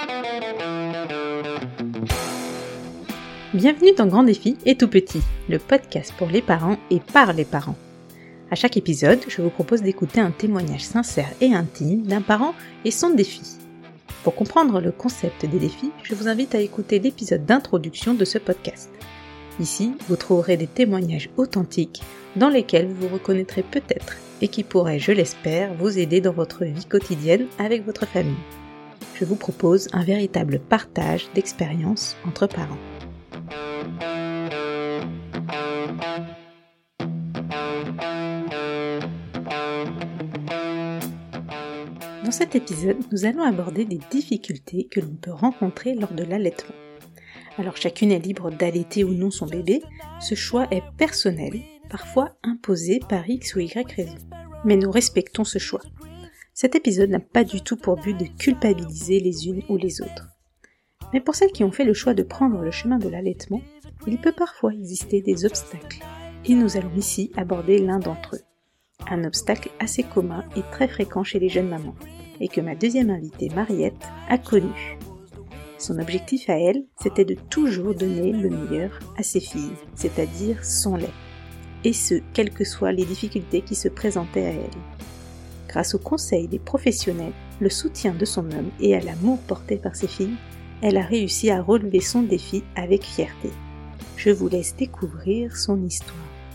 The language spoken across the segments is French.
Bienvenue dans Grand Défi et Tout Petit, le podcast pour les parents et par les parents. À chaque épisode, je vous propose d'écouter un témoignage sincère et intime d'un parent et son défi. Pour comprendre le concept des défis, je vous invite à écouter l'épisode d'introduction de ce podcast. Ici, vous trouverez des témoignages authentiques dans lesquels vous vous reconnaîtrez peut-être et qui pourraient, je l'espère, vous aider dans votre vie quotidienne avec votre famille. Je vous propose un véritable partage d'expériences entre parents. Dans cet épisode, nous allons aborder des difficultés que l'on peut rencontrer lors de l'allaitement. Alors chacune est libre d'allaiter ou non son bébé, ce choix est personnel, parfois imposé par X ou Y raison. Mais nous respectons ce choix. Cet épisode n'a pas du tout pour but de culpabiliser les unes ou les autres. Mais pour celles qui ont fait le choix de prendre le chemin de l'allaitement, il peut parfois exister des obstacles. Et nous allons ici aborder l'un d'entre eux. Un obstacle assez commun et très fréquent chez les jeunes mamans, et que ma deuxième invitée, Mariette, a connu. Son objectif à elle, c'était de toujours donner le meilleur à ses filles, c'est-à-dire son lait. Et ce, quelles que soient les difficultés qui se présentaient à elle. Grâce au conseil des professionnels, le soutien de son homme et à l'amour porté par ses filles, elle a réussi à relever son défi avec fierté. Je vous laisse découvrir son histoire.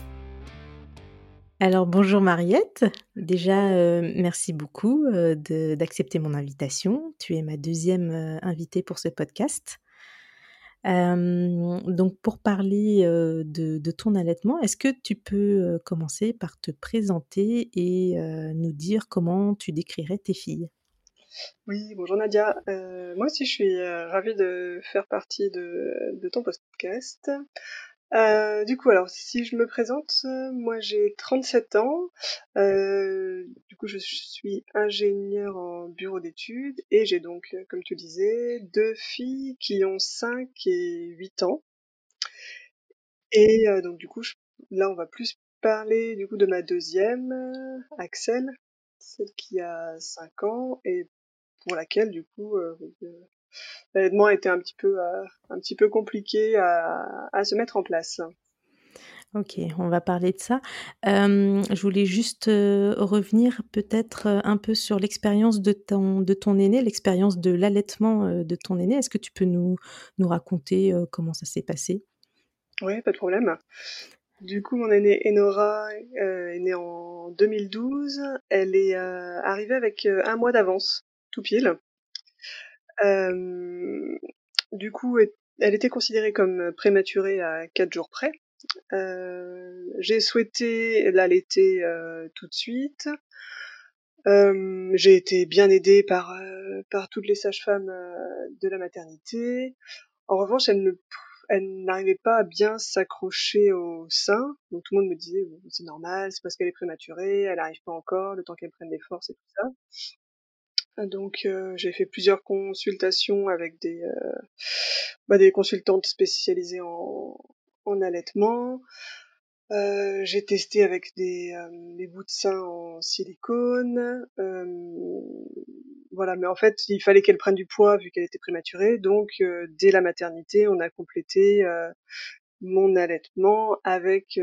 Alors bonjour Mariette, déjà merci beaucoup d'accepter mon invitation. Tu es ma deuxième invitée pour ce podcast. Donc pour parler de ton allaitement, est-ce que tu peux commencer par te présenter et nous dire comment tu décrirais tes filles ? Oui, bonjour Nadia. Moi aussi, je suis ravie de faire partie de ton podcast. Du coup, alors, si je me présente, moi j'ai 37 ans. Du coup, je suis ingénieure en bureau d'études et j'ai donc, comme tu disais, deux filles qui ont 5 et 8 ans. Et donc, du coup, là, on va plus parler du coup de ma deuxième, Axel, celle qui a 5 ans et pour laquelle, du coup, l'allaitement a été un petit peu compliqué à se mettre en place. Ok, on va parler de ça. Je voulais juste revenir peut-être un peu sur l'expérience de ton aîné, l'expérience de l'allaitement de ton aîné. Est-ce que tu peux nous raconter comment ça s'est passé ? Oui, pas de problème. Du coup, mon aînée Enora est née en 2012. Elle est arrivée avec un mois d'avance, tout pile. Euh, du coup, elle était considérée comme prématurée à 4 jours près. J'ai souhaité l'allaiter tout de suite. J'ai été bien aidée par toutes les sages-femmes de la maternité. En revanche, elle n'arrivait pas à bien s'accrocher au sein. Donc tout le monde me disait bon, c'est normal, c'est parce qu'elle est prématurée, elle n'arrive pas encore, le temps qu'elle prenne des forces et tout ça. Donc j'ai fait plusieurs consultations avec des consultantes spécialisées en allaitement. J'ai testé avec des bouts de sein en silicone. Voilà, mais en fait, il fallait qu'elle prenne du poids vu qu'elle était prématurée. Donc, dès la maternité, on a complété mon allaitement avec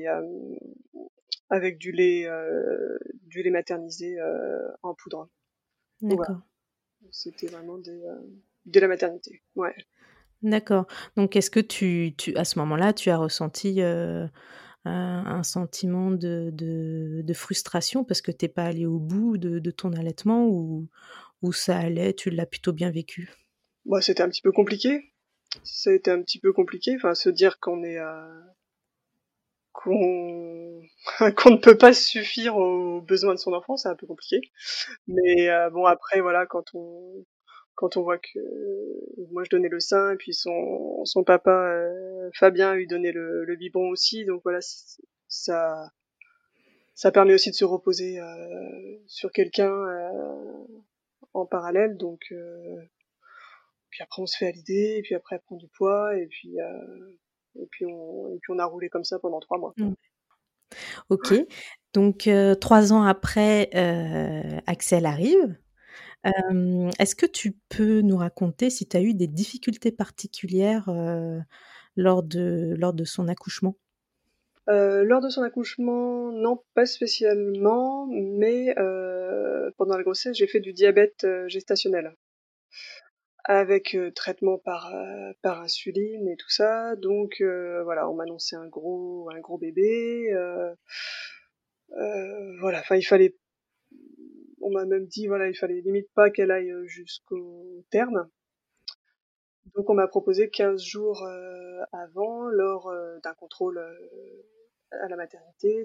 avec du lait maternisé en poudre. Donc voilà, D'accord. c'était vraiment dès la maternité. Ouais. D'accord. Donc est-ce que à ce moment-là, tu as ressenti, un sentiment de frustration parce que tu es pas allée au bout de ton allaitement ou ça allait, tu l'as plutôt bien vécu? Bon, c'était un petit peu compliqué. Ça a été un petit peu compliqué. Enfin, se dire qu'on qu'on ne peut pas suffire aux besoins de son enfant, c'est un peu compliqué. Mais bon, après, voilà, quand on voit que moi je donnais le sein et puis son papa Fabien lui donnait le biberon aussi, donc voilà, ça ça permet aussi de se reposer sur quelqu'un en parallèle. Donc puis après on se fait à l'idée, et puis après elle prend du poids, et puis on a roulé comme ça pendant 3 mois. Mmh. OK. Donc 3 ans après, Axel arrive. Est-ce que tu peux nous raconter si tu as eu des difficultés particulières, lors de son accouchement? Lors de son accouchement, non, pas spécialement, mais pendant la grossesse, j'ai fait du diabète, gestationnel avec, traitement par insuline et tout ça. Donc voilà, on m'a annoncé un gros bébé, voilà, enfin il fallait on m'a même dit, voilà, il fallait limite pas qu'elle aille, jusqu'au terme. Donc on m'a proposé 15 jours, avant, lors, d'un contrôle, à la maternité,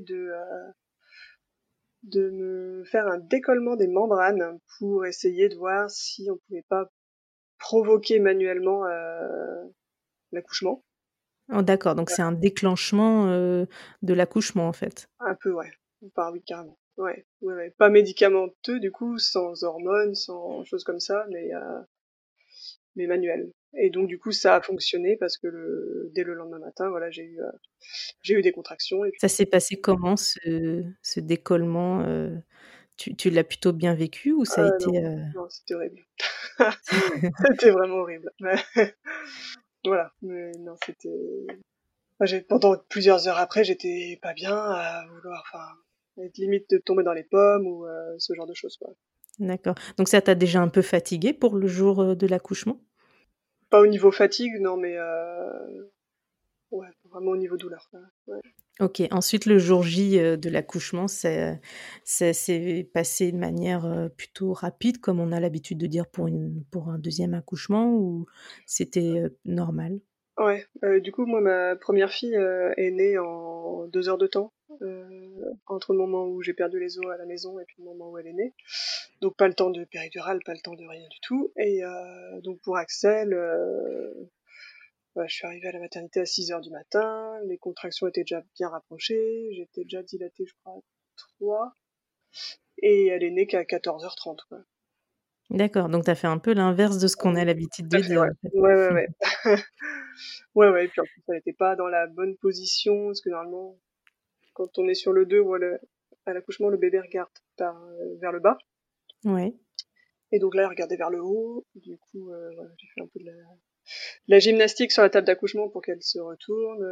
de me faire un décollement des membranes pour essayer de voir si on pouvait pas provoquer manuellement, l'accouchement. Oh d'accord, donc c'est un déclenchement, de l'accouchement, en fait? Un peu, ouais. Enfin oui, carrément. Ouais, ouais, ouais. Pas médicamenteux du coup, sans hormones, sans choses comme ça, mais manuel. Et donc du coup ça a fonctionné parce que dès le lendemain matin, voilà, j'ai eu des contractions et puis Ça s'est passé comment ce décollement, tu l'as plutôt bien vécu ou ça a non, été, non, c'était horrible. C'était vraiment horrible. Voilà, mais non, j'ai pendant plusieurs heures après, j'étais pas bien à vouloir, enfin, être limite de tomber dans les pommes ou ce genre de choses, quoi. D'accord, donc ça t'a déjà un peu fatiguée pour le jour, de l'accouchement? Pas au niveau fatigue, non, mais ouais, vraiment au niveau douleur, quoi. Ouais. OK, ensuite le jour J, de l'accouchement, ça s'est passé de manière, plutôt rapide comme on a l'habitude de dire pour un deuxième accouchement ou c'était, normal? Ouais, du coup, moi, ma première fille, est née en 2 heures de temps, entre le moment où j'ai perdu les os à la maison et puis le moment où elle est née. Donc pas le temps de péridurale, pas le temps de rien du tout. Et donc pour Axel, ouais, je suis arrivée à la maternité à 6 heures du matin, les contractions étaient déjà bien rapprochées, j'étais déjà dilatée, je crois, à 3, et elle est née qu'à 14h30, quoi. D'accord, donc tu as fait un peu l'inverse de ce qu'on a l'habitude Tout à de fait, dire, ouais. en fait. Ouais, ouais, ouais. Ouais, ouais, et puis en plus, elle était pas dans la bonne position, parce que normalement, quand on est sur le dos ou à l'accouchement, le bébé regarde vers le bas. Ouais. Et donc là, elle regardait vers le haut. Du coup, voilà, j'ai fait un peu de la gymnastique sur la table d'accouchement pour qu'elle se retourne.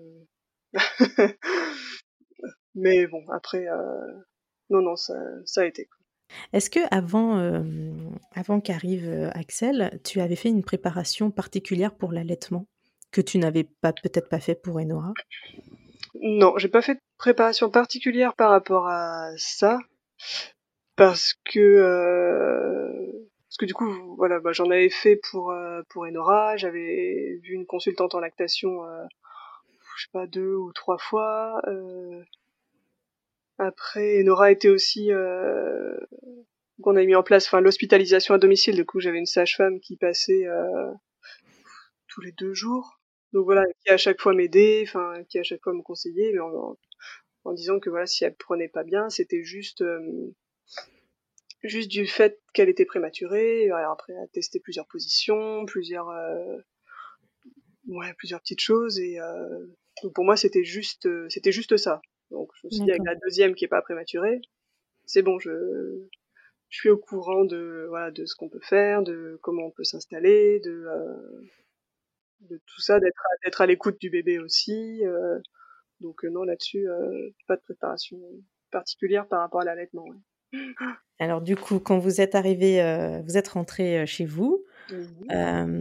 Mais bon, après, non, non, ça a été, quoi. Est-ce qu'avant, avant qu'arrive, Axel, tu avais fait une préparation particulière pour l'allaitement? Que tu n'avais pas peut-être pas fait pour Enora? Non, j'ai pas fait de préparation particulière par rapport à ça, parce que du coup, voilà, bah, j'en avais fait pour Enora. J'avais vu une consultante en lactation, je sais pas, 2 ou 3 fois. Après, Enora était aussi, qu'on a mis en place, enfin, l'hospitalisation à domicile. Du coup, j'avais une sage-femme qui passait tous les 2 jours. Donc voilà, qui à chaque fois m'aidait, enfin, qui à chaque fois me conseillait, mais en disant que voilà, si elle prenait pas bien, c'était juste du fait qu'elle était prématurée. Alors après, elle a testé plusieurs positions, plusieurs petites choses, et donc pour moi, c'était juste ça. Donc je me suis dit, avec D'accord. la deuxième qui est pas prématurée, c'est bon, je suis au courant de, voilà, de ce qu'on peut faire, de comment on peut s'installer, de tout ça, d'être à l'écoute du bébé aussi. Donc non, là-dessus, pas de préparation particulière par rapport à l'allaitement. Ouais. Alors du coup, quand vous êtes arrivés, vous êtes rentrés, chez vous, Oui.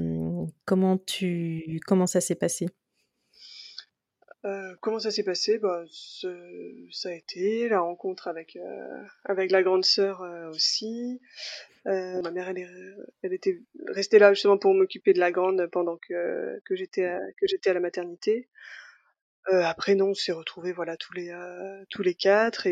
comment ça s'est passé? Comment ça s'est passé? Bah, ça a été la rencontre avec la grande sœur, aussi. Ma mère, elle était restée là justement pour m'occuper de la grande pendant que j'étais à la maternité. Après non, on s'est retrouvés, voilà, tous les 4,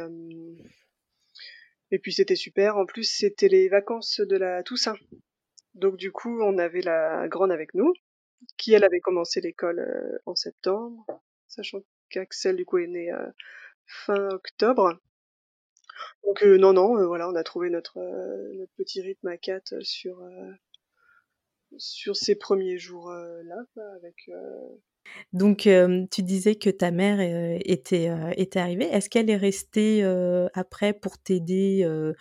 et puis c'était super. En plus, c'était les vacances de la Toussaint. Donc du coup, on avait la grande avec nous, qui elle avait commencé l'école, en septembre, sachant qu'Axel du coup est né, fin octobre. Donc non, non, voilà, on a trouvé notre petit rythme à 4 sur, sur ces premiers jours là, quoi, avec Donc, tu disais que ta mère, était arrivée. Est-ce qu'elle est restée, après pour t'aider,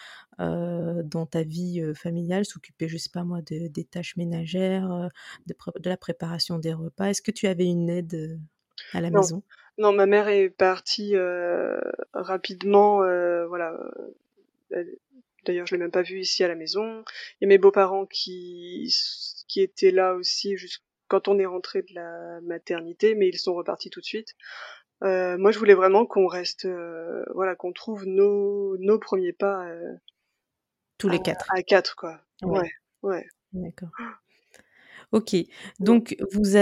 dans ta vie, familiale, s'occuper, je sais pas moi, des tâches ménagères, de la préparation des repas? Est-ce que tu avais une aide, à la non, maison? non, ma mère est partie rapidement, voilà. Elle D'ailleurs, je l'ai même pas vue ici à la maison. Il y a mes beaux-parents qui étaient là aussi jusqu quand on est rentrés de la maternité, mais ils sont repartis tout de suite. Moi, je voulais vraiment qu'on reste, voilà, qu'on trouve nos premiers pas, Tous les 4. à 4, quoi. Ouais, Ouais, ouais, d'accord. OK, ouais, donc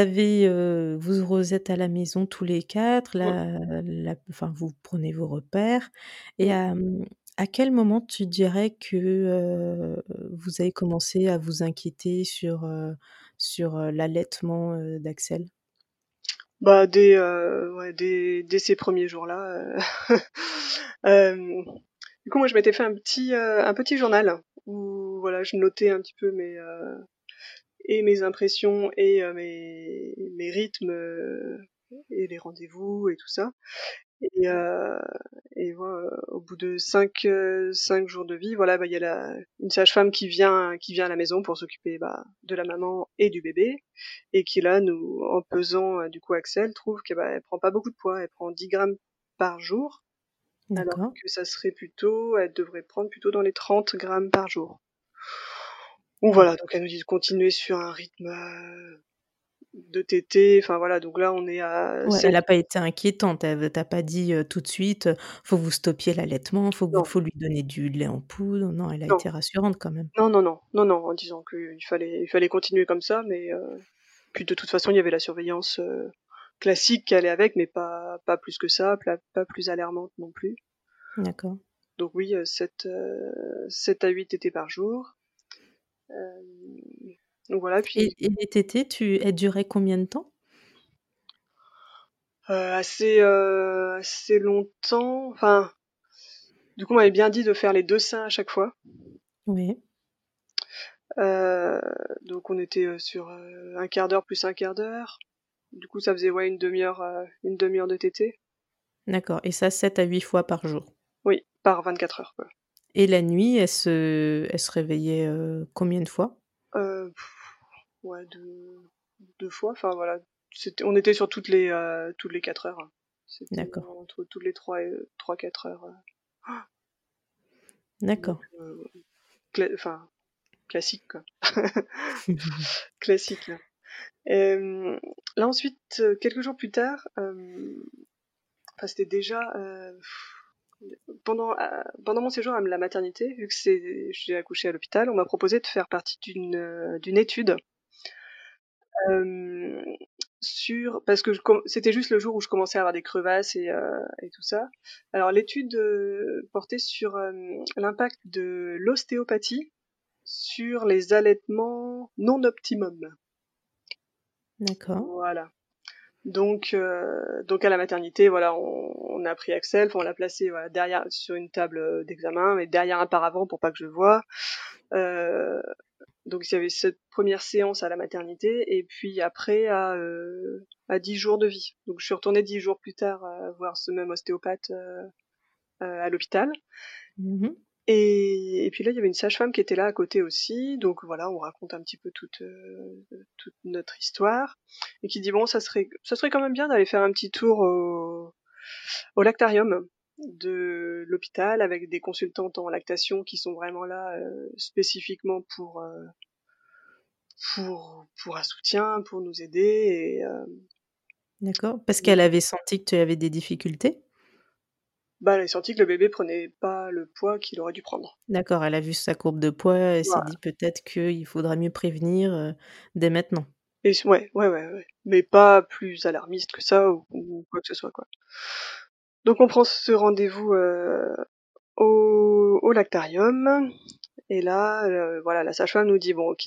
vous êtes à la maison tous les 4, ouais, enfin, vous prenez vos repères et ouais. à quel moment tu dirais que, vous avez commencé à vous inquiéter sur l'allaitement, d'Axel? Bah, ouais, dès ces premiers jours-là, hem, du coup, moi, je m'étais fait un petit journal où, voilà, je notais un petit peu mes impressions et mes rythmes, et les rendez-vous et tout ça. Et au bout de 5 jours de vie, voilà, bah, il y a une sage-femme qui vient à la maison pour s'occuper, bah, de la maman et du bébé, et qui là, nous en pesant, du coup Axel, trouve que, bah, elle prend pas beaucoup de poids, elle prend 10 grammes par jour, alors D'accord. que ça serait plutôt elle devrait prendre plutôt dans les 30 grammes par jour. Donc Mmh. voilà, donc elle nous dit de continuer sur un rythme, de tétée, enfin voilà, donc là on est à Ouais, 7. elle a pas été inquiétante, elle t'a pas dit, tout de suite, «Faut que vous stoppiez l'allaitement, Non, faut lui donner du lait en poudre». Non, elle a non. été rassurante quand même. Non, non, non, non, non, en disant qu'il fallait continuer comme ça, mais puis de toute façon, il y avait la surveillance classique qui allait avec, mais pas plus que ça, pas plus alarmante non plus. D'accord. Donc oui, 7 à 8 tétées par jour. Hem, donc voilà, puis Et les tétés, elles duraient combien de temps? assez longtemps, enfin, du coup, on m'avait bien dit de faire les 2 seins à chaque fois. Oui, Heu, donc on était, sur, 1/4 d'heure plus 1/4 d'heure. Du coup, ça faisait, ouais, une demi heure de tétée. d'accord, et ça 7 à 8 fois par jour? Oui, par 24 heures, quoi. Et la nuit, elle se réveillait, combien de fois? Heu, ouais, 2 fois, enfin voilà. On était sur toutes les 4 heures, hein. C'était D'accord, entre toutes les 3-4 heures, donc d'accord. enfin classique, quoi. Classique, là. Là ensuite, quelques jours plus tard, enfin c'était déjà, pendant mon séjour à la maternité, vu que j'ai accouché à l'hôpital, on m'a proposé de faire partie d'une étude. Hem, parce que c'était juste le jour où je commençais à avoir des crevasses et tout ça. Alors l'étude, portait sur, l'impact de l'ostéopathie sur les allaitements non optimums. D'accord. Voilà. Donc à la maternité, voilà, on a pris Axel, enfin on l'a placé, voilà, derrière sur une table, d'examen, mais derrière un paravent pour pas que je le voie. Heu Donc il y avait cette première séance à la maternité et puis après à 10 jours de vie. Donc je suis retournée 10 jours plus tard, voir ce même ostéopathe, à l'hôpital, Mmh. et puis là, il y avait une sage-femme qui était là à côté aussi. Donc voilà, on raconte un petit peu toute notre histoire, et qui dit: «Bon, ça serait quand même bien d'aller faire un petit tour au lactarium de l'hôpital avec des consultantes en lactation qui sont vraiment là, spécifiquement pour un soutien, pour nous aider, D'accord, parce qu'elle voilà. avait senti que tu avais des difficultés? Bah, elle a senti que le bébé prenait pas le poids qu'il aurait dû prendre. D'accord, elle a vu sa courbe de poids, elle s'est Voilà, dit peut-être qu'il faudrait mieux prévenir, dès maintenant. ouais, ouais, ouais, ouais, mais pas plus alarmiste que ça ou quoi que ce soit, quoi. Donc on prend ce rendez-vous, au lactarium, et là, voilà, la sage-femme nous dit: «Bon, OK,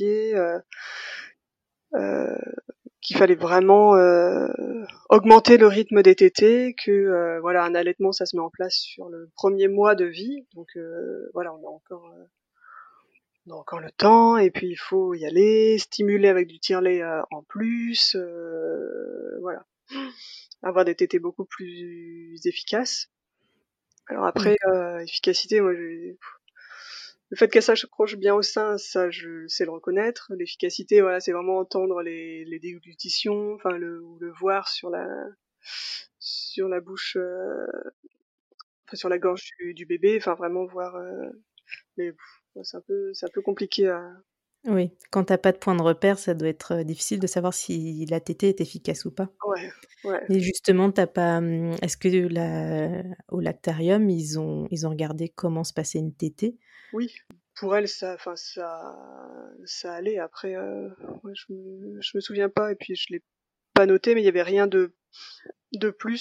qu'il fallait vraiment, augmenter le rythme des tétées, que, voilà, un allaitement, ça se met en place sur le premier mois de vie, donc voilà, on est encore, encore le temps, et puis il faut y aller, stimuler avec du tire-lait en plus, voilà. Avoir des tétés beaucoup plus efficaces. Alors après, D'accord. efficacité, moi, le fait qu'elle s'accroche bien au sein, ça, je sais le reconnaître. L'efficacité, voilà, c'est vraiment entendre les déglutitions, enfin ou le voir sur la bouche, enfin sur la gorge du bébé, enfin vraiment voir. Mais ouais, c'est un peu compliqué à. Oui, quand tu as pas de point de repère, ça doit être, difficile de savoir si la tétée est efficace ou pas. Ouais, ouais. Mais justement, tu as pas, est-ce que au lactarium, ils ont regardé comment se passait une tétée? Oui, pour elle, enfin ça allait. Après, ouais, je me souviens pas, et puis je l'ai pas noté, mais il y avait rien de plus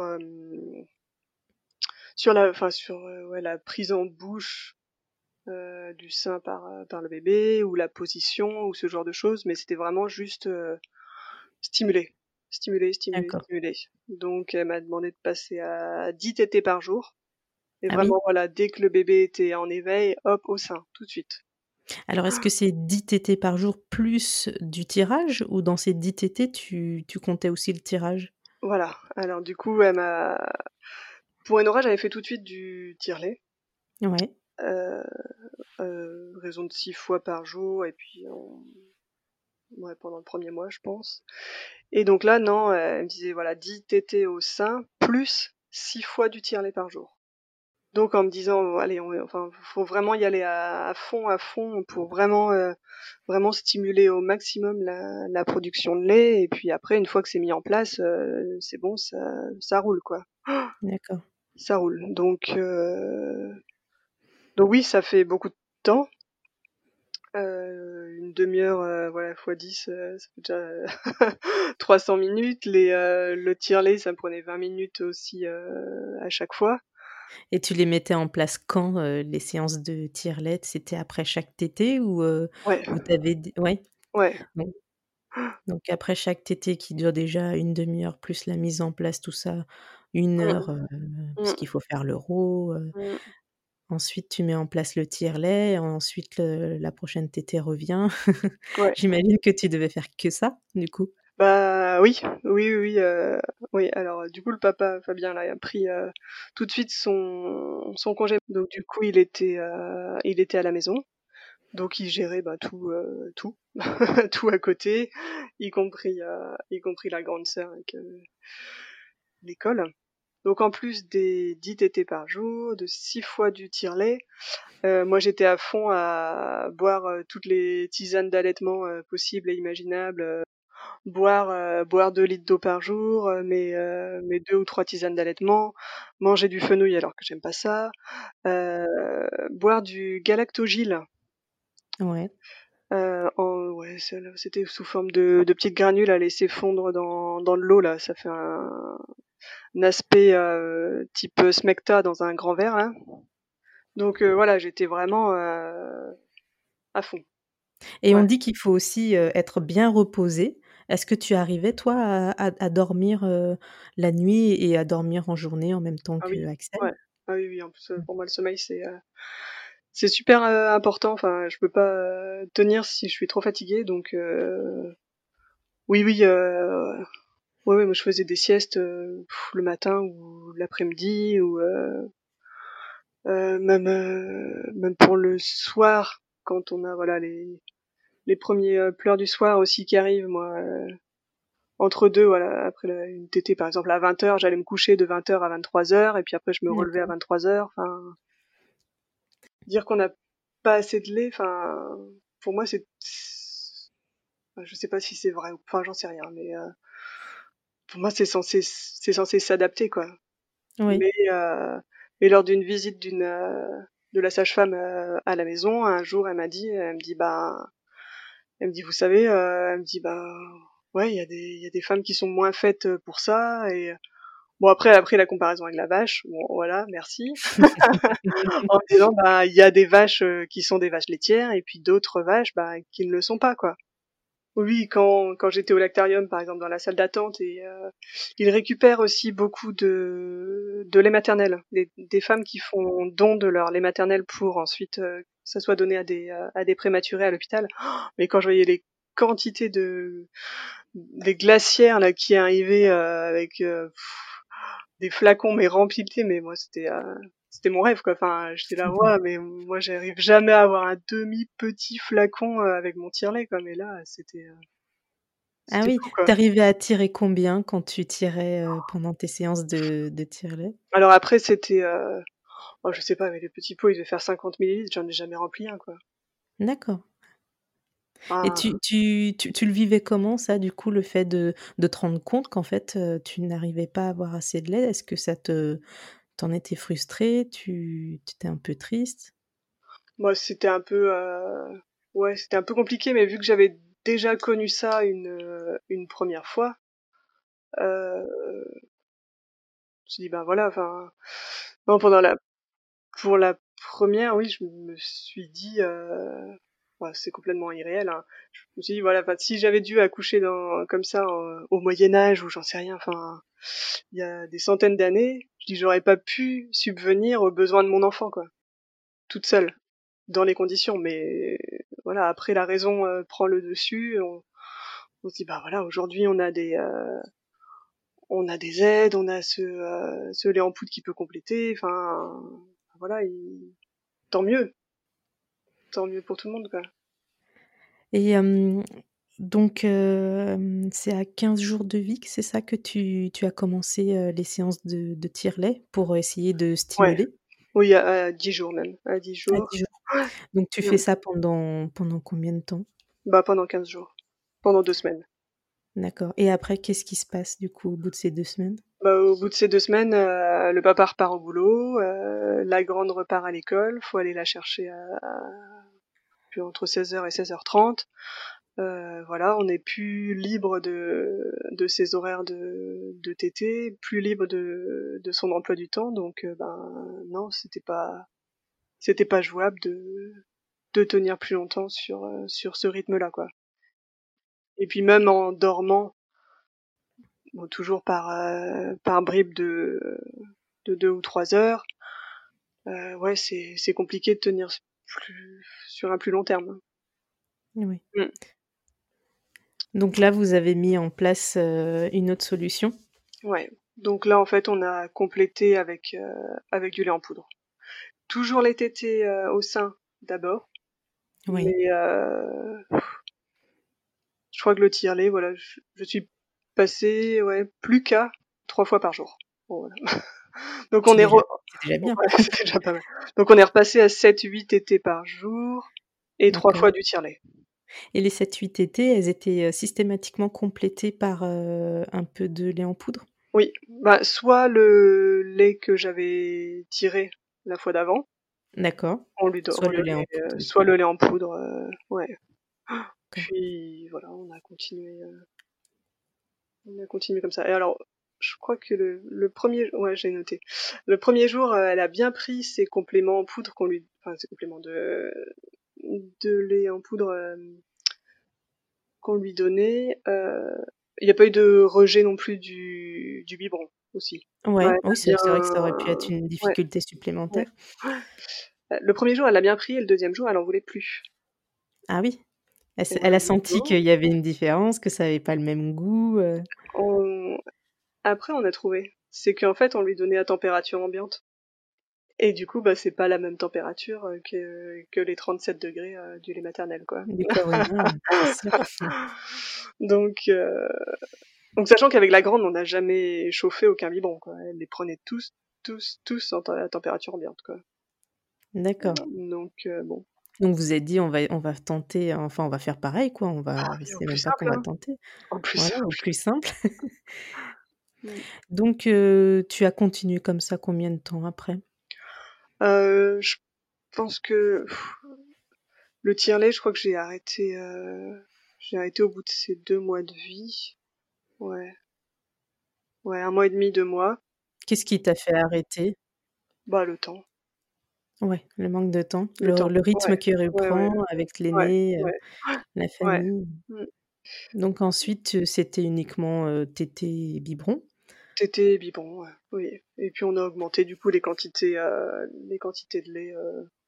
sur ouais, la prise en bouche du sein par le bébé, ou la position, ou ce genre de choses, mais c'était vraiment juste stimuler, stimuler, stimuler, D'accord. stimuler. Donc elle m'a demandé de passer à 10 tétées par jour, et Ah oui? vraiment, voilà, dès que le bébé était en éveil, hop, au sein, tout de suite. Alors est-ce que c'est 10 tétées par jour plus du tirage ou dans ces 10 tétées, tu comptais aussi le tirage? Voilà, alors du coup, elle m'a pour Enora, j'avais fait tout de suite du tire-lait, Ouais, heu raison de 6 fois par jour, et puis ouais, pendant le premier mois, je pense. Et donc là, non, elle me disait, voilà, 10 tétées au sein, plus 6 fois du tire-lait par jour. Donc en me disant: «Allez, enfin, faut vraiment y aller à fond pour vraiment stimuler au maximum la production de lait», et puis après, une fois que c'est mis en place, c'est bon, ça roule, quoi. d'accord. Ça roule. Donc oui, ça fait beaucoup de temps. 1/2 heure, voilà, fois 10, ça fait déjà 300 minutes. Le tire-lait, ça me prenait 20 minutes aussi, à chaque fois. Et tu les mettais en place quand, les séances de tire-lait? C'était après chaque tétée Ouais, ou tu avais ouais? ouais. Donc donc après chaque tétée qui dure déjà une demi heure plus la mise en place, tout ça, 1 heure, Mmh mh. puisqu'il faut faire le roux, Mmh. ensuite tu mets en place le tire-lait, ensuite la prochaine tétée revient. Ouais. J'imagine que tu devais faire que ça, du coup? Bah, oui, oui, oui, oui, oui, alors, du coup, le papa Fabien, là, a pris, tout de suite son congé. Donc du coup, il était à la maison. Donc il gérait, bah, tout, tout à côté, y compris la grande sœur avec, l'école. Donc en plus des 10 tétées par jour, de 6 fois du tire-lait, moi j'étais à fond à boire, toutes les tisanes d'allaitement, possibles et imaginables, boire 2 litres d'eau par jour, mes 2 ou 3 tisanes d'allaitement, manger du fenouil alors que j'aime pas ça, heu, boire du Galactogyle. Ouais, Ouais, c'était sous forme de petites granules à laisser fondre dans de l'eau, là. Ça fait un aspect, type Smecta dans un grand verre, là. Donc voilà, j'étais vraiment, à fond. et on Ouais. dit qu'il faut aussi, être bien reposé. Est-ce que tu arrivais toi à dormir, la nuit et à dormir en journée en même temps Ah oui, qu'Axel? ouais. Ah oui, oui, en plus, pour moi, le sommeil, c'est super, important. Enfin, je peux pas, tenir si je suis trop fatiguée, donc oui, oui, ouais, ouais, moi, je faisais des siestes, le matin ou l'après-midi, ou même pour le soir, quand on a, voilà, les premiers pleurs du soir aussi qui arrivent, moi, entre deux, voilà, après une tétée par exemple à 20 heures, j'allais me coucher de 20 heures à 23 heures, et puis après je me relevais à D'accord. 23 heures. Enfin, dire qu'on n'a pas assez de lait, enfin, pour moi enfin, je sais pas si c'est vrai, enfin j'en sais rien, mais pour moi c'est censé s'adapter, quoi. Oui. Mais lors d'une visite de la sage-femme, à la maison, un jour, elle me dit: «Bah», elle me dit: «Vous savez», elle me dit: «Bah, ouais, il y a des femmes qui sont moins faites, pour ça», et bon, après la comparaison avec la vache, bon, voilà, merci. En me disant: «Bah, il y a des vaches, qui sont des vaches laitières, et puis d'autres vaches, bah, qui ne le sont pas, quoi». Oui, quand j'étais au lactarium, par exemple, dans la salle d'attente, et ils récupèrent aussi beaucoup de lait maternel. Des femmes qui font don de leur lait maternel pour ensuite, ça soit donné à des prématurés à l'hôpital. Mais quand je voyais les quantités des glacières là qui arrivaient avec des flacons mais remplis de thé, mais moi c'était mon rêve quoi. Enfin, j'étais là, ouais, mais moi j'arrive jamais à avoir un demi petit flacon avec mon tire-lait quoi. Mais là, Ah c'était oui, fou quoi. tu à tirer combien quand tu tirais, pendant tes séances de tire-lait? Alors après c'était, oh je sais pas, mais les petits pots ils devaient faire 50 millilitres, j'en ai jamais rempli un quoi. D'accord. Et Enfin, tu le vivais comment ça, du coup, le fait de te rendre compte qu'en fait, tu n'arrivais pas à avoir assez de lait? Est-ce que ça te tu étais frustrée? Tu étais un peu triste? moi c'était un peu, ouais, c'était un peu compliqué, mais vu que j'avais déjà connu ça une première fois, je me suis dit: «Ben voilà», enfin, non, pour la première, oui, je me suis dit, ouais, c'est complètement irréel, hein. Je me suis dit: «Voilà, enfin, si j'avais dû accoucher comme ça, au Moyen Âge ou j'en sais rien, enfin, il y a des centaines d'années, je dis j'aurais pas pu subvenir aux besoins de mon enfant, quoi, toute seule, dans les conditions». Mais voilà, après la raison prend le dessus. On se dit bah voilà, aujourd'hui on a des aides, on a ce lait en poudre qui peut compléter. Enfin voilà, tant mieux pour tout le monde quoi. Et donc c'est à 15 jours de vie que c'est ça que tu as commencé, les séances de tire-lait pour essayer de Ouais, stimuler? oui à 10 jours même, à 10 À jours. 10 jours. Donc tu fais Mmh. ça pendant combien de temps? Bah pendant 15 jours, pendant 2 semaines. D'accord, et après qu'est-ce qui se passe du coup au bout de ces 2 semaines? Bah, au bout de ces 2 semaines, le papa repart au boulot, la grande repart à l'école, faut aller la chercher puis entre 16h et 16h30. Voilà, on n'est plus libre de ses horaires de tétée, plus libre de son emploi du temps, donc ben non, c'était pas jouable de tenir plus longtemps sur ce rythme-là, quoi. Et puis même en dormant, bon, toujours par bribes de 2 ou 3 heures, ouais, c'est compliqué de tenir sur un plus long terme. Oui. Mmh. Donc là, vous avez mis en place, une autre solution? Ouais. Donc là, en fait, on a complété avec du lait en poudre. Toujours les tétés au sein d'abord, Oui. mais je crois que le tire-lait, voilà, je suis passée, ouais, plus qu'à 3 fois par jour. Bon, voilà. Donc on est C'est déjà bien. ouais, c'était déjà pas mal. Donc on est repassé à 7-8 tétés par jour et 3 D'accord, fois du tire-lait. et les 7-8 tétés, elles étaient, systématiquement complétées par, un peu de lait en poudre? Oui, bah soit le lait que j'avais tiré la fois d'avant, D'accord. on Soit le le lait en met, poudre, oui. soit le lait en poudre, ouais. D'accord. Puis voilà, on a continué comme ça. Et alors, je crois que le premier, ouais, j'ai noté. Le premier jour, elle a bien pris ses compléments en poudre enfin ses compléments de lait en poudre qu'on lui donnait. Il n'y a pas eu de rejet non plus du biberon aussi. Ouais, Ouais, elle oui, a bien, c'est vrai que ça aurait pu être une ouais, difficulté ouais. supplémentaire. Le premier jour, elle l'a bien pris et le deuxième jour, elle en voulait plus. Ah oui? On Elle a a dit senti non. qu'il y avait une différence, que ça avait pas le même goût, On Après, on a trouvé. C'est qu'en fait, on lui donnait à température ambiante. Et du coup, bah, c'est pas la même température que les 37 degrés du lait maternel, quoi. du corps humain, c'est sûr. Donc, sachant qu'avec la grande, on n'a jamais chauffé aucun biberon, quoi. Elle les prenait tous à température ambiante, quoi. D'accord. Donc, bon. Donc vous êtes dit: On va tenter, enfin on va faire pareil quoi, Ah oui, au c'est plus même pas qu'on simple, va hein. tenter». Au plus Voilà, au simple. plus simple. Mmh. Donc tu as continué comme ça combien de temps après? Je pense que le tire-lait, je crois que j'ai arrêté au bout de ces 2 mois de vie. Ouais, ouais, 1 mois et demi, 2 mois. Qu'est-ce qui t'a fait arrêter? Bah, le temps. Ouais, le manque de temps, Le temps. le Ouais. rythme qui Ouais, ouais, reprend avec ouais, l'aîné, ouais, la ouais. famille. Mmh. Donc ensuite, c'était uniquement, tété et biberon? Tétée et biberon, ouais, oui. Et puis on a augmenté du coup les quantités de lait,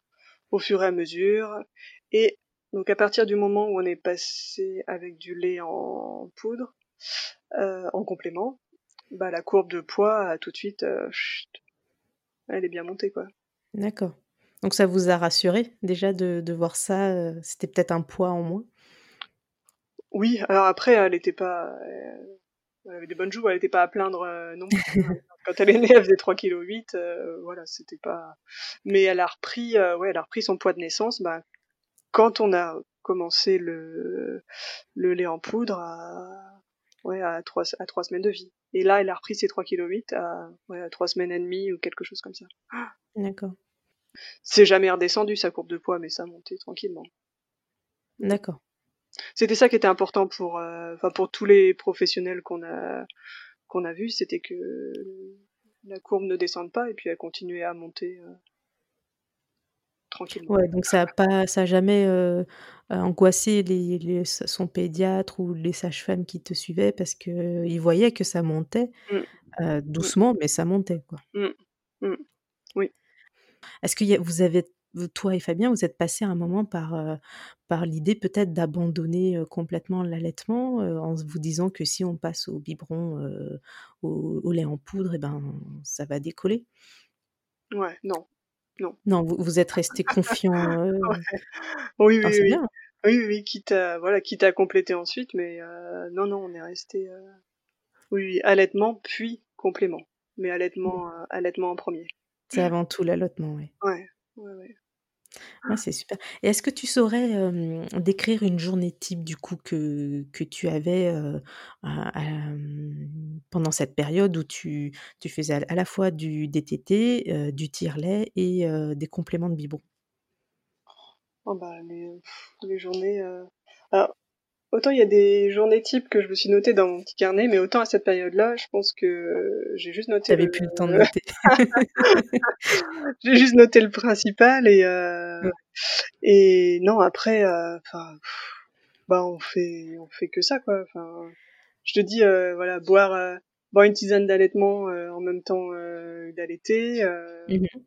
au fur et à mesure. Et donc à partir du moment où on est passé avec du lait en poudre, en complément, bah la courbe de poids a tout de suite, elle est bien montée, quoi. D'accord. Donc ça vous a rassuré déjà de voir ça, c'était peut-être un poids en moins? Oui, alors après elle était pas, elle avait des bonnes joues, elle était pas à plaindre, non plus, hein. Quand elle est née, elle faisait 3,8 kg, voilà, c'était pas, mais elle a repris, ouais, elle a repris son poids de naissance, bah, quand on a commencé le lait en poudre ouais, à 3 semaines de vie. Et là, elle a repris ses 3,8 kg ouais, à 3 semaines et demie ou quelque chose comme ça. D'accord, C'est jamais redescendu sa courbe de poids, mais ça a monté tranquillement. d'accord. C'était ça qui était important pour, enfin pour tous les professionnels qu'on a vus, c'était que la courbe ne descende pas et puis elle continuait à monter tranquillement. Ouais, donc ça a jamais, angoissé les son pédiatre ou les sages-femmes qui te suivaient parce qu'ils voyaient que ça montait, Mm, mm, doucement, mais ça montait, quoi. mm, mm. Oui. Est-ce qu'il y a vous avez toi et Fabien, vous êtes passés à un moment par l'idée peut-être d'abandonner, complètement l'allaitement, en vous disant que si on passe au biberon, au lait en poudre et ben, ça va décoller? Ouais, non, non. Non, vous êtes restés confiants, Oui, ah, oui, c'est oui. bien. Oui, oui, oui, quitte à compléter ensuite, mais non, non, on est resté, oui, oui, allaitement puis complément, mais allaitement en premier. C'est avant tout l'allaitement, ouais. Ouais, ouais, ouais. Ouais, c'est super et est-ce que tu saurais, décrire une journée type du coup que tu avais, pendant cette période où tu faisais à la fois des tétés, du tire-lait et des compléments de biberon? Oh bah, les journées, alors autant il y a des journées types que je me suis notées dans mon petit carnet, mais autant à cette période-là, je pense que j'ai juste Tu noté avais plus le temps de noter. j'ai juste noté le principal Ouais, et non après, enfin, bah, on fait que ça, quoi. Enfin, je te dis, voilà, boire une tisane d'allaitement, en même temps, d'allaiter, mmh.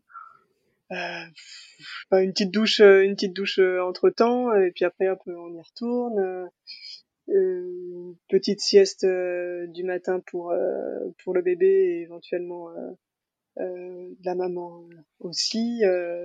bah, une petite douche, entre-temps et puis après hop, on y retourne, une petite sieste, du matin pour le bébé et éventuellement, de la maman, aussi,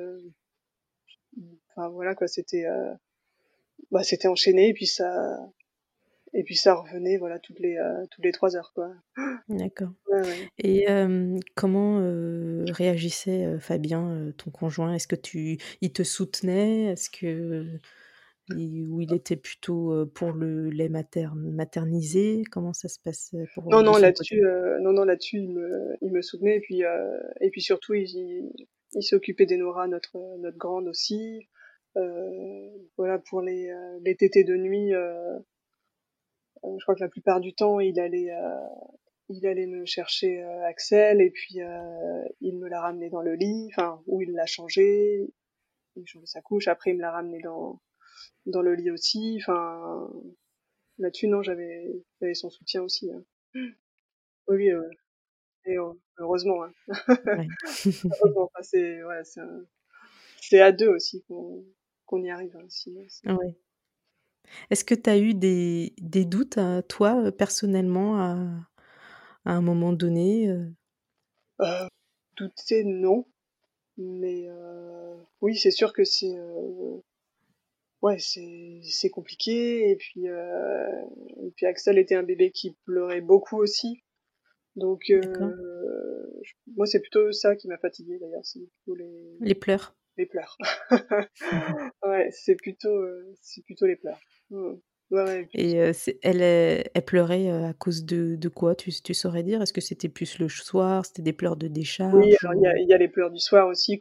enfin voilà quoi, c'était, bah, c'était enchaîné et puis ça revenait voilà toutes les 3 heures quoi. D'accord Ouais, ouais. et comment, réagissait, Fabien, ton conjoint? Est-ce que il te soutenait? Est-ce que ou il était plutôt, pour le lait maternisé? Comment ça se passait Non, de non, son côté? là-dessus, non, non, là-dessus, il me soutenait et puis surtout, il s'occupait d'Enora, notre grande aussi. Voilà, pour les tétés de nuit, je crois que la plupart du temps, il allait me chercher Axel et puis il me l'a ramené dans le lit, enfin, où il l'a changé, il changeait sa couche, après il me l'a ramené dans le lit aussi. Enfin, là-dessus, non, j'avais son soutien aussi, hein. Oui, oui, et heureusement, hein. Ouais. Heureusement, enfin, c'est à deux aussi qu'on y arrive, hein, sinon c'est. Ouais. Est-ce que tu as eu des doutes, toi, personnellement, à un moment donné, Heu, Douter non, mais oui, c'est sûr que ouais, c'est compliqué et puis Axel était un bébé qui pleurait beaucoup aussi, donc D'accord. moi, c'est plutôt ça qui m'a fatiguée d'ailleurs, c'est plutôt Les pleurs? les pleurs. Ouais, c'est plutôt les pleurs. Mmh. Ouais, ouais, et puis Et elle pleurait, à cause de quoi? Tu saurais dire? Est-ce que c'était plus le soir? C'était des pleurs de oui, décharge alors ou? il y a les pleurs du soir aussi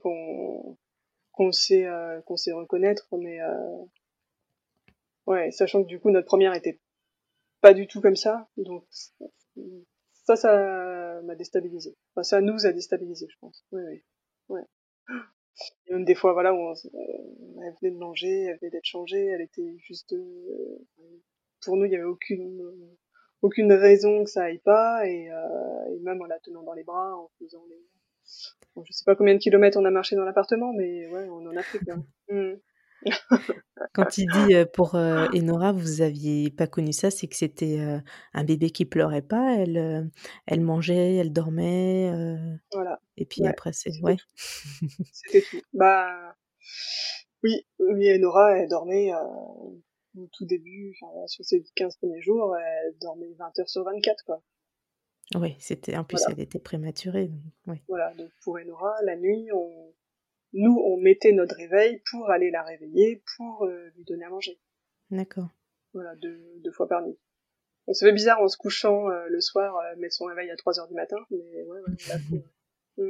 qu'on sait reconnaître, mais ouais, sachant que du coup notre première était pas du tout comme ça, donc ça m'a déstabilisé. Enfin, ça nous a déstabilisé, je pense. Oui, oui. Ouais. Et même des fois, voilà, où elle venait de manger, elle venait d'être changée, elle était juste, pour nous, il y avait aucune raison que ça aille pas, et même en la tenant dans les bras, en faisant Bon, je sais pas combien de kilomètres on a marché dans l'appartement, mais ouais, on en a fait quoi. Quand tu dis, pour, Enora, vous aviez pas connu ça, c'est que c'était, un bébé qui pleurait pas? Elle mangeait, elle dormait, Voilà. et puis Ouais, après c'est c'était ouais? tout. C'était tout. Bah, oui, oui, et Nora, elle dormait, au tout début, enfin, sur ses 15 premiers jours, elle dormait 20 heures sur 24, quoi. Ouais, c'était en plus Voilà. elle était prématurée, donc ouais. Voilà. Donc, pour Enora, la nuit, nous, on mettait notre réveil pour aller la réveiller, pour lui donner à manger. D'accord. Voilà, deux fois par nuit. On se fait bizarre en se couchant le soir, mettre son réveil à 3 heures du matin, mais ouais, on l'a fait. Ouais.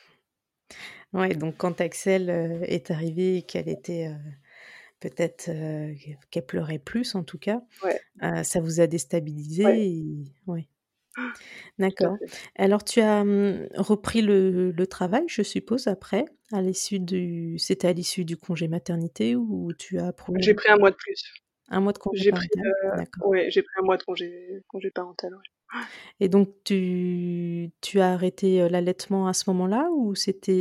Ouais, donc quand Axel, est arrivé et qu'elle était, peut-être, qu'elle pleurait plus en tout cas, Ouais, ça vous a ouais, déstabilisé et ouais, tout à d'accord. fait. Alors tu as, repris le travail, je suppose, après? C'était à l'issue du congé maternité ou tu as J'ai prolongé? pris un mois de plus. 1 mois de congé J'ai pris, parental? D'accord, ouais, j'ai pris un mois de congé parental, ouais. et donc tu as arrêté, l'allaitement à ce moment-là ou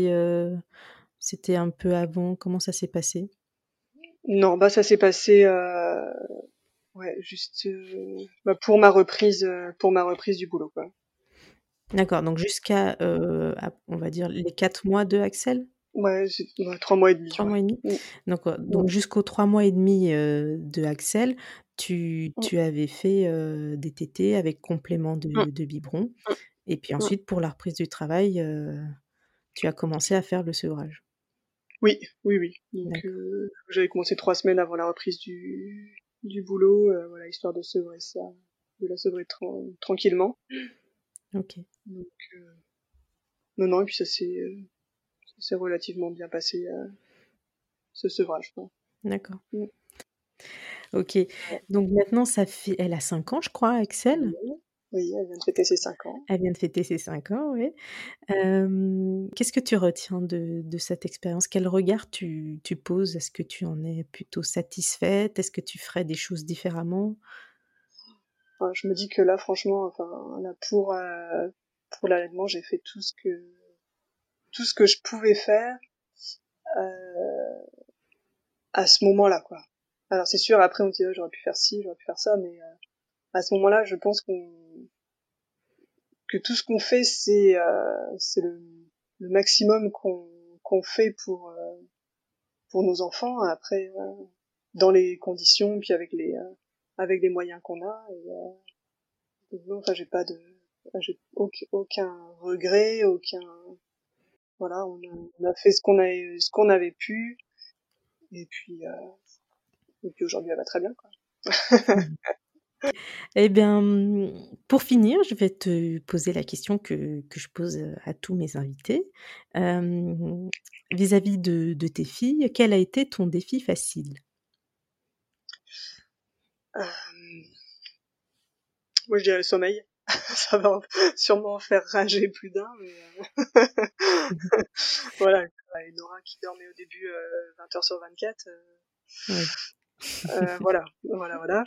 c'était un peu avant? Comment ça s'est passé? Non, bah ça s'est passé, ouais, juste, bah, pour ma reprise du boulot, quoi. D'accord, donc jusqu'à, on va dire les 4 mois de Axel? Ouais, 3 mois et demi, 3 ouais. mois et demi? Mmh, Donc mmh, jusqu'aux 3 mois et demi, de Axel, mmh, tu avais fait, des tétés avec complément mmh, de biberon mmh, et puis mmh. ensuite pour la reprise du travail, tu as commencé à faire le sevrage? Oui, oui, oui. Donc, D'accord, j'avais commencé 3 semaines avant la reprise du boulot, voilà, histoire de sevrer ça, de la sevrer tranquillement. OK, Donc, non, non, et puis ça s'est relativement bien passé, ce sevrage, quoi. d'accord. Mmh. OK, donc maintenant ça fait elle a 5 ans je crois Axel? Oui, oui, elle vient de fêter ses 5 ans. Elle vient de fêter ses 5 ans, oui. Qu'est-ce que tu retiens de cette expérience? Quel regard tu poses? Est-ce que tu en es plutôt satisfaite? Est-ce que tu ferais des choses différemment? Enfin, je me dis que là, franchement, enfin, là, pour l'allaitement, j'ai fait tout ce que je pouvais faire, euh, à ce moment-là, quoi. Alors, c'est sûr, après, on se dit, oh, j'aurais pu faire ci, j'aurais pu faire ça, mais, à ce moment-là, je pense que tout ce qu'on fait, c'est le maximum qu'on fait pour nos enfants. Après, dans les conditions, puis avec les moyens qu'on a. Et non, enfin, j'ai aucun regret, voilà, on a fait ce qu'on avait pu. Et puis, aujourd'hui, elle va très bien, quoi. Eh bien, pour finir, je vais te poser la question que je pose, à tous mes invités. Hem, vis-à-vis de tes filles, quel a été ton défi facile? Euh, Moi, je dirais le sommeil. Ça va sûrement en faire rager plus d'un, mais Mmh. voilà. Et Nora qui dormait au début 20 heures sur 24. Oui. Voilà, voilà, voilà.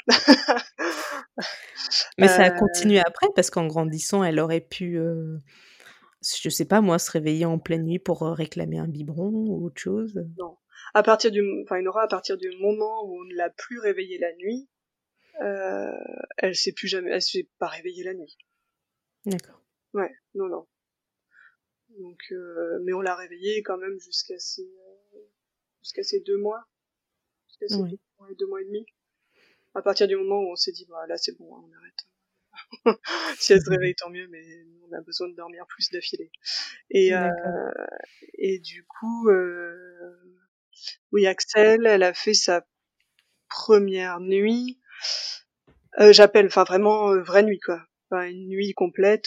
Mais ça a continué après parce qu'en grandissant, elle aurait pu, je sais pas moi, se réveiller en pleine nuit pour, réclamer un biberon ou autre chose? Non. Nora, à partir du moment où on ne l'a plus réveillée la nuit, euh, elle s'est pas réveillée la nuit. D'accord. Ouais, non, non. Donc, mais on l'a réveillée quand même jusqu'à ses 2 mois, jusqu'à ses Oui. ouais, 2 mois et demi. À partir du moment où on s'est dit, bah là c'est bon, hein, on arrête. Si elle se réveille, tant mieux, mais nous, on a besoin de dormir plus d'affilée. Et, D'accord. et du coup, oui, Axel, elle a fait sa première nuit. Enfin vraiment vraie nuit, quoi. Enfin, une nuit complète,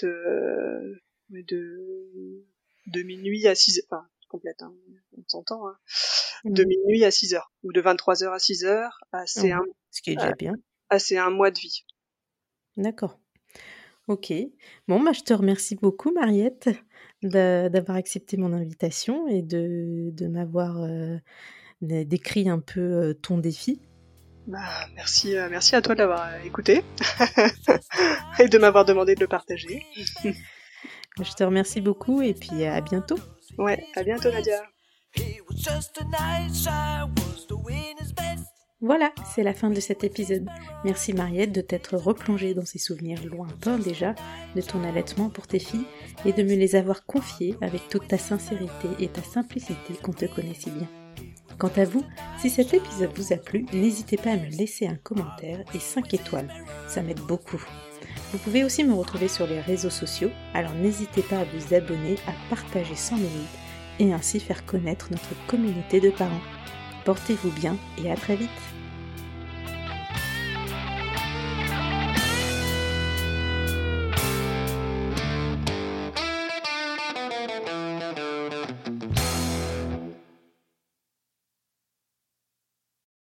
de minuit à 6 heures. Enfin, complète, hein, on s'entend, hein. De Mmh. minuit à 6 heures. Ou de 23 heures à 6 heures, Ouais, ce qui est déjà bien. à ses 1 mois de vie. D'accord. OK. Bon, bah, je te remercie beaucoup Mariette d'avoir accepté mon invitation et de m'avoir, décrit un peu, ton défi. Bah, merci à toi de l'avoir écouté et de m'avoir demandé de le partager. Je te remercie beaucoup et puis à bientôt. Ouais, à bientôt Nadia. Voilà, c'est la fin de cet épisode. Merci Mariette de t'être replongée dans ces souvenirs lointains déjà de ton allaitement pour tes filles et de me les avoir confiés avec toute ta sincérité et ta simplicité qu'on te connaît si bien. Quant à vous, si cet épisode vous a plu, n'hésitez pas à me laisser un commentaire et 5 étoiles, ça m'aide beaucoup. Vous pouvez aussi me retrouver sur les réseaux sociaux, alors n'hésitez pas à vous abonner, à partager sans limite et ainsi faire connaître notre communauté de parents. Portez-vous bien et à très vite.